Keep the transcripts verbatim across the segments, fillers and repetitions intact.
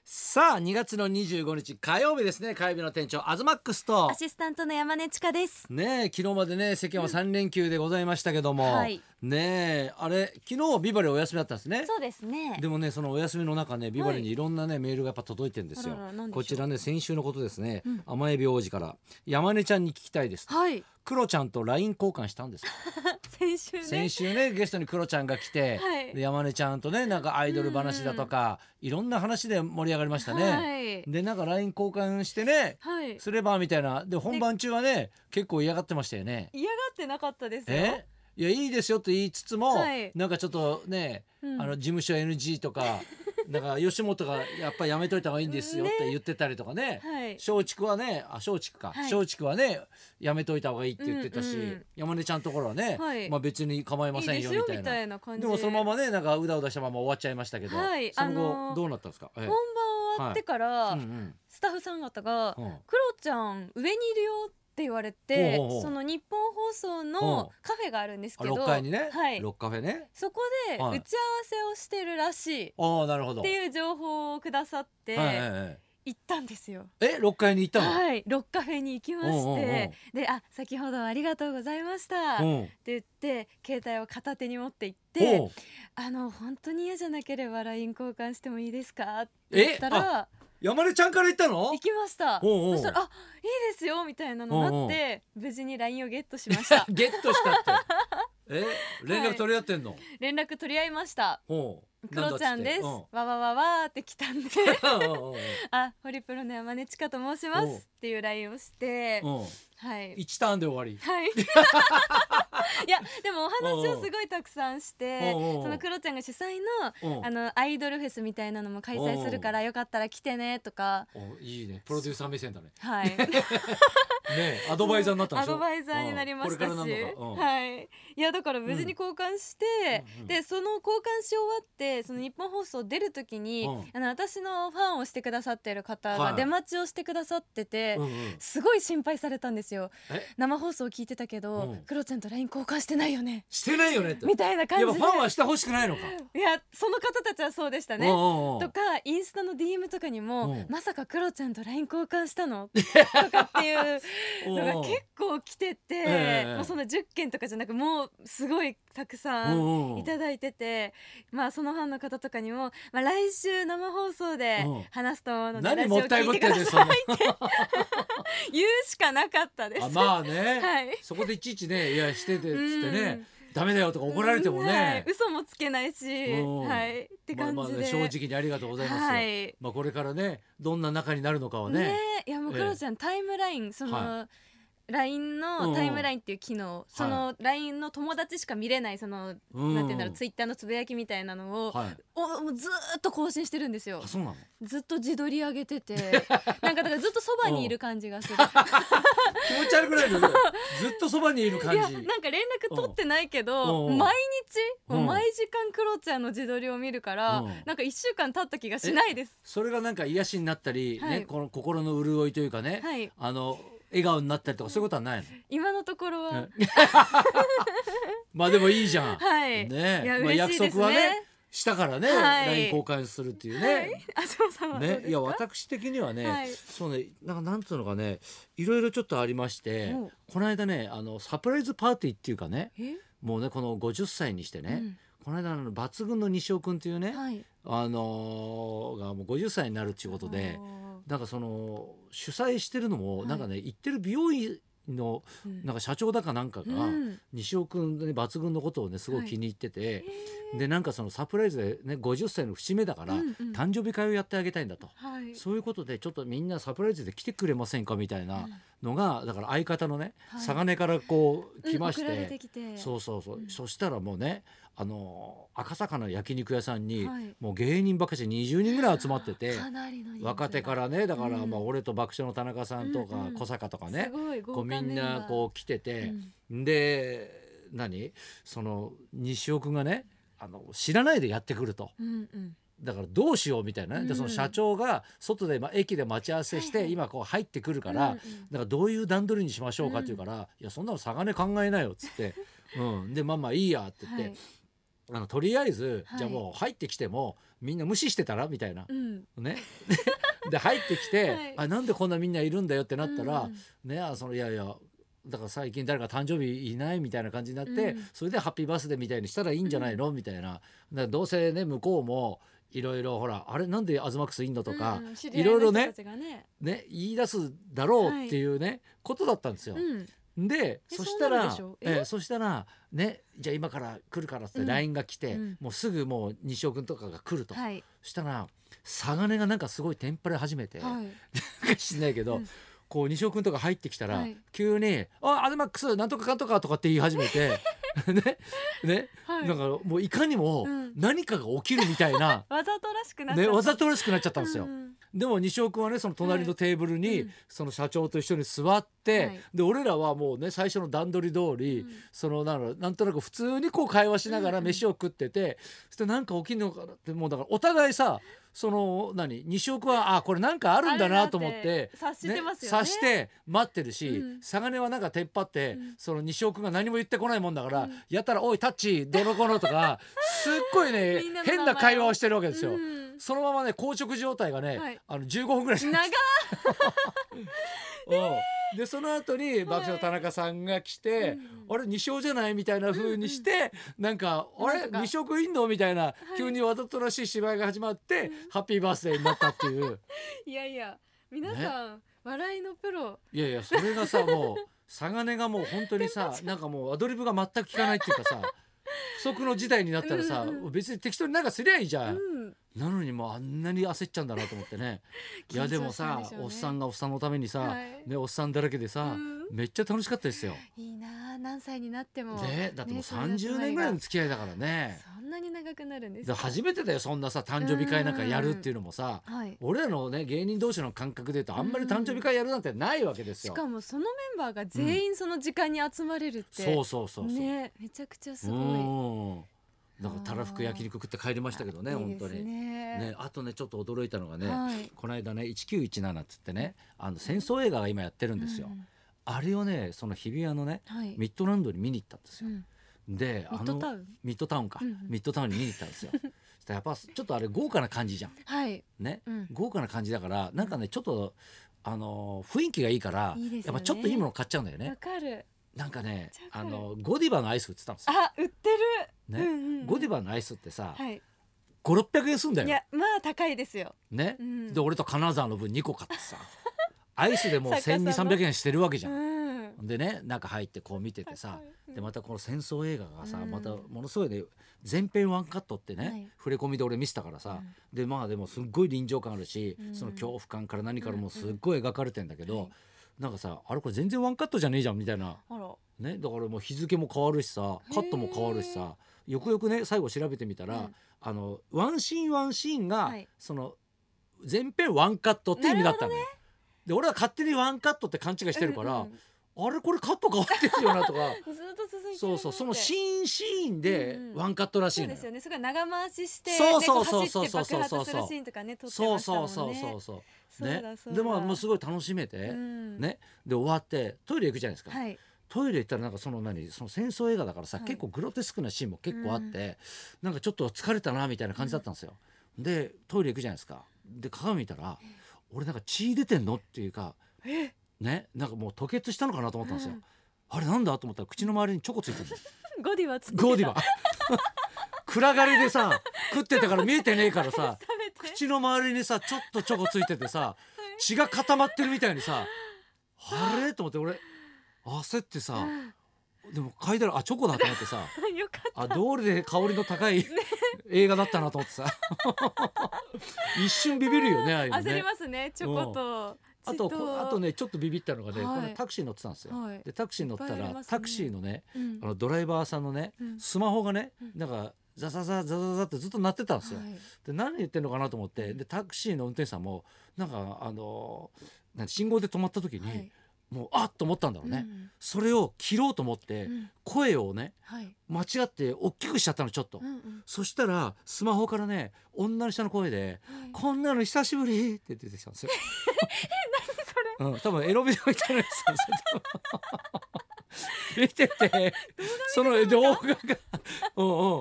さあにがつのにじゅうごにち火曜日ですね。火曜日の店長アズマックスとアシスタントの山根千佳ですねえ、昨日までね世間はさんれんきゅうでございましたけども、 はい、 ねえあれ昨日ビバリーお休みだったんですね。 そうですね。 でもねそのお休みの中ねビバリーにいろんなね、メールがやっぱ届いてるんですよ。 あらら、なんでしょう。 こちらね先週のことですね、 うん、 甘エビ王子から山根ちゃんに聞きたいです。 はい。 クロちゃんと ライン 交換したんですか先週ね先週ねゲストにクロちゃんが来て、 はい、 で山根ちゃんとねなんかアイドル話だとか、いろんな話で盛り上がりましたね、 はい、 でなんか ライン 交換してね、 はい、 すればみたいなで本番中はね結構嫌がってましたよね。 嫌がってなかったですよ。 えいやいいですよと言いつつも、 はい、 なんかちょっとね、 うん、 あの事務所 エヌジー とかなんか吉本がやっぱりやめといた方がいいんですよって言ってたりとかね、 はい、 松竹はねあ松竹か、 はい、 松竹はねやめといた方がいいって言ってたし、 うんうん、 山根ちゃんのところはね、 はい、 まあ別に構いませんよみたいな、 いいですよみたいな感じで, でもそのままねなんかうだうだしたまま終わっちゃいましたけど、 はい、 その後、 あのー、 どうなったんですか。ええ、 本番終わってから、 はい、うんうん、 スタッフさん方が、 うん、 クロちゃん上にいるよって言われて、 ほうほうほう、 その日本放送のカフェがあるんですけど、 ろっかいにね、 はい、 ロッカフェね、 そこで打ち合わせをしてるらしい、 はい、あなるほどっていう情報をくださって、 はいはいはい、 行ったんですよ。 えろっかいに行ったの。 はい、ロッカフェに行きまして、 おうおうおう、 であ先ほどありがとうございましたって言って携帯を片手に持って行って、あの本当に嫌じゃなければ ライン 交換してもいいですかって言ったら、 山根ちゃんから言ったの。 行きました。 おうおう、 そしたらあいいですよみたいなのになって、おうおう、無事に ライン をゲットしましたゲットしたってえ連絡取り合ってんの、はい、 連絡取り合いました。 おうクロちゃんです、うん、わわわわーって来たんであホリプロの山根千佳と申しますっていう ライン をして、はい、 いちターンで終わり、 はいいやでもお話をすごいたくさんして、そのクロちゃんが主催 の, あのアイドルフェスみたいなのも開催するからよかったら来てねとか。 おいいね、プロデューサー目線だね。 はいねアドバイザーになったんでしょ。 アドバイザーになりましたし、はい、いやだから無事に交換して、うん、でその交換し終わってその日本放送出る時に、うん、あの私のファンをしてくださっている方が出待ちをしてくださってて、はい、すごい心配されたんですよ。生放送聞いてたけど、うん、クロちゃんと ライン 交換してないよねしてないよねってみたいな感じで、 いやファンはしてほしくないのか。 いやその方たちはそうでしたね。おうおうおうとかインスタの ディーエム とかにもまさかクロちゃんと ライン 交換したのとかっていうのが結構来てて、えー、もうそのじゅっけんとかじゃなくもうすごいたくさんいただいてて、まあそのファンの方とかにも、まあ、来週生放送で話すと思うのでラジオ聞いてくださいって言うしかなかったです。 あまあね、 はい、そこでいちいちねいやしててっつってね、ダメだよとか怒られてもね、はい、 嘘もつけないし、はい、って感じで、 まあまあね、正直にありがとうございますよ、はい、まあ、これからねどんな仲になるのかはね。 ねいやもうクロちゃん、えー、タイムラインその、はい、ライン のタイムラインっていう機能、うん、その ライン の友達しか見れないその、うん、なんていうんだろうツイッターのつぶやきみたいなのを、はい、おもうずっと更新してるんですよ。 あそうなの。 ずっと自撮り上げててなんかだからずっとそばにいる感じがする気持ち悪くないのずっとそばにいる感じ。いやなんか連絡取ってないけど毎日もう毎時間クロちゃんの自撮りを見るからなんかいっしゅうかん経った気がしないです。 それがなんか癒しになったり、はい、ね、この心の潤いというかね、はい、あの笑顔になったりとかそういうことはないの今のところはまあでもいいじゃん、 はいね、 いや嬉しいですね、まあ、約束はねしたからね、はい、ライン 交換するっていうね、はい、 あそうさんはどうですか。 ね、いや私的にはね、はい、そうねなんかなんつうのかねいろいろちょっとありまして、この間ねあのサプライズパーティーっていうかねもうねこのごじゅっさいにしてね、うん、この間の抜群の西尾くんっていうね、はい、あのー、がもうごじゅっさいになるっていうことでなんかその主催してるのも、はい、なんかね行ってる美容院のなんか社長だかなんかが、うん、西尾くん、ね、抜群のことをねすごい気に入ってて、はい、でなんかそのサプライズで、ね、ごじゅっさいの節目だから、うんうん、誕生日会をやってあげたいんだと、はい、そういうことでちょっとみんなサプライズで来てくれませんかみたいなのが、うん、だから相方のね、はい、佐金からこう来まして、うん、送られてきてそうそうそう、うん、そしたらもうねあの赤坂の焼肉屋さんに、はい、もう芸人ばっかしにじゅうにんぐらい集まってて若手からねだから、うん、まあ俺と爆笑の田中さんとか、うんうん、小坂とかねこうみんなこう来てて、うん、で何その西尾くんがねあの知らないでやってくると、うんうん、だからどうしようみたいな、ね、うん、でその社長が外で、まあ、駅で待ち合わせして、はいはい、今こう入ってくるから、うんうん、だからどういう段取りにしましょうかって言うから、うん、いやそんなの差がね考えなよっつって、うん、でまあまあいいやって言って、はいあのとりあえず、 はい、 じゃあもう入ってきてもみんな無視してたらみたいな、 うん、 ねで入ってきて、はい、あなんでこんなみんないるんだよってなったら、 うん、 ねあそのいやいやだから最近誰か誕生日いないみたいな感じになって、うん、それでハッピーバースデーみたいにしたらいいんじゃないの、うん、みたいな。だからどうせね向こうもいろいろほらあれなんでアズマックスいんのとか、うん、いろいろねね言い出すだろうっていうね、はい、ことだったんですよ。うんでそしたらえそしたらねじゃあ今から来るからって ライン が来て、うん、もうすぐもう西尾くんとかが来ると、はい、そしたらサガネがなんかすごいテンパり始めて、はい、知んないけど、うん、こう西尾くんとか入ってきたら、はい、急に「あアズマックスなんとかかんとか」とかって言い始めてねね、はい、なんかもういかにも何かが起きるみたいな、 うん、わざとらしくなっちゃった、 ね、わざとらしくなっちゃったんですよ。うんでも西尾君はねその隣のテーブルに、はい、その社長と一緒に座って、はい、で俺らはもうね最初の段取り通り、うん、そのなんなんとなく普通にこう会話しながら飯を食ってて、うん、そしてなんか起きるのかなってもうだからお互いさその何西尾君はあこれなんかあるんだなと思って察してますよね、 察して待ってるし、サガネはなんかテンパって、うん、その西尾君が何も言ってこないもんだから、うん、やったらおいタッチどの子のとかすっごいね変な会話をしてるわけですよ。うんそのままね硬直状態がね、はい、あのじゅうごふんぐらい長でその後に爆笑の田中さんが来て、はい、あれ西尾じゃないみたいな風にして、うん、なんかあれ西尾くんいんのみたいな、はい、急にわざとらしい芝居が始まって、うん、ハッピーバースデーになったっていういやいや皆さん、ね、笑いのプロいやいやそれがさもうサガネがもう本当にさなんかもうアドリブが全く効かないっていうかさ不測の事態になったらさ、うんうん、別に適当になんかすりゃいいじゃん、うん、なのにもうあんなに焦っちゃうんだなと思ってねいやでもさ、ね、おっさんがおっさんのためにさ、はいね、おっさんだらけでさ、うん、めっちゃ楽しかったですよ。 いいな何歳になっても、 ね、だってもうさんじゅうねんぐらいの付き合いだからね。 そんなに長くなるんですか。 初めてだよそんなさ誕生日会なんかやるっていうのもさ、はい、俺らのね芸人同士の感覚で言うとあんまり誕生日会やるなんてないわけですよ。 しかもそのメンバーが全員その時間に集まれるって、 うん、そうそうそうそう、 ね、めちゃくちゃすごい。 なんかたらふく焼肉食って帰りましたけどね本当に ね, ねあとねちょっと驚いたのがね、はい、この間ねせんきゅうひゃくじゅうななっつってねあの戦争映画が今やってるんですよ、うん、あれをねその日比谷のね、はい、ミッドランドに見に行ったんですよ、うん、でミッドタウンミッドタウンか、うん、ミッドタウンに見に行ったんですよやっぱちょっとあれ豪華な感じじゃん、はいねうん、豪華な感じだからなんかねちょっとあの雰囲気がいいからいいですよね、やっぱちょっといいもの買っちゃうんだよね。 わかる。 なんかねあのゴディバのアイス売ってたんですよ。 あ売ってる、 ねうんうんうん、ゴディバのアイスってさ、はい、ごひゃくろっぴゃくえんすんだよ。 いやまあ高いですよ、 ねうん、で俺と金沢の分にこ買ってさアイスでもうせんにひゃく、さんびゃくえんしてるわけじゃん、うん、でね中入ってこう見ててさ、うん、でまたこの戦争映画がさ、うん、またものすごいね全編ワンカットってね、はい、触れ込みで俺見せたからさ、うん、でまあでもすっごい臨場感あるし、うん、その恐怖感から何からもすっごい描かれてんだけど、うんうんなんかさあれこれ全然ワンカットじゃねえじゃんみたいな、ね、だからもう日付も変わるしさカットも変わるしさよくよくね最後調べてみたら、うん、あのワンシーンワンシーンが、はい、その全編ワンカットって意味だったのよ、ね、で俺は勝手にワンカットって勘違いしてるから、うんうん、あれこれカット変わってるよなとかずっと続いてるそうそうそのシーンシーンでワンカットらしいのよ、 うんうん、そうですよねすごい長回ししてそうそうそうそうそうそうそうそうそうそうそうそうそうね、でももうすごい楽しめて、うん、ねで終わってトイレ行くじゃないですか、はい、トイレ行ったらなんかその何その戦争映画だからさ、はい、結構グロテスクなシーンも結構あって、うん、なんかちょっと疲れたなみたいな感じだったんですよ、うん、でトイレ行くじゃないですかで鏡見たら俺なんか血出てんのっていうかねなんかもう吐血したのかなと思ったんですよ、うん、あれなんだと思ったら口の周りにチョコついてるゴディバつってたゴディバ暗がりでさ食ってたから見えてねえからさ口の周りにさちょっとチョコついててさ血が固まってるみたいにさあれと思って俺焦ってさでも嗅いだらあチョコだと思ってさよかったあ道理で香りの高い、ね、映画だったなと思ってさ一瞬ビビるよねああいうのね焦りますねチョコと、 あとあとねちょっとビビったのがね、はい、これタクシー乗ってたんですよ、はい、でタクシー乗ったら、ね、タクシーのね、うん、あのドライバーさんのね、うん、スマホがね、うん、なんかザザザザザザってずっと鳴ってたんですよ、はい、で何言ってんのかなと思ってでタクシーの運転手さんもなんかあのー、信号で止まった時に、はい、もうあっと思ったんだろうね、うん、それを切ろうと思って、うん、声をね、はい、間違って大きくしちゃったのちょっと、うんうん、そしたらスマホからね女の人の声で、はい、こんなの久しぶりって出てきたんですよえ何それ、うん、多分エロビデオみたいなやつなんですよ見ててその動画がうん、うん、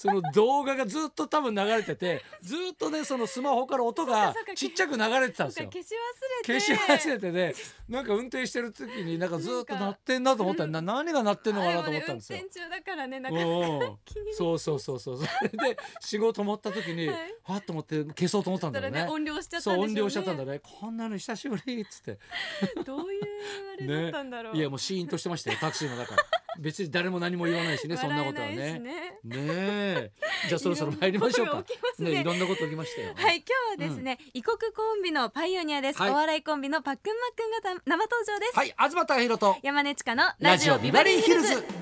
その動画がずっと多分流れてて、ずっとねそのスマホから音がちっちゃく流れてたんですよ。 消し忘れて消し忘れてね、なんか運転してる時になんかずっと鳴ってんなと思ったら、な何が鳴ってんのかなと思ったんですよ。 運転中だからね、なかなかそうそうそうそう。それで仕事持った時に、はい、はっと思って消そうと思ったんだよね。 音量しちゃったんでしょうね。 そう音量しちゃったんだね。こんなの久しぶりっつって。 どういうあれだったんだろう。 ね、いやもうシーンとしてましたよタクシーの中。別に誰も何も言わないしね、そんなことはね。ねえ。じゃあそろそろ参りましょうか。い ね, ねいろんなこと起きましたよ。 はい、今日はですね、うん、異国コンビのパイオニアです、はい、お笑いコンビのパックンマックンが生登場です。 はい、東貴博と山根千佳のラジオビバリーヒルズ。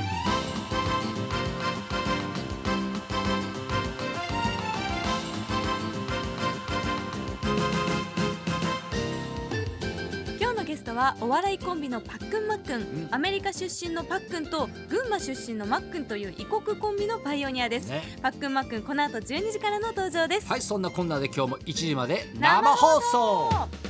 ゲストはお笑いコンビのパックンマックン、うん、アメリカ出身のパックンと群馬出身のマックンという異国コンビのパイオニアです、ね、パックンマックンこの後じゅうにじからの登場です。 はい、そんなこんなで今日もいちじまで生放送。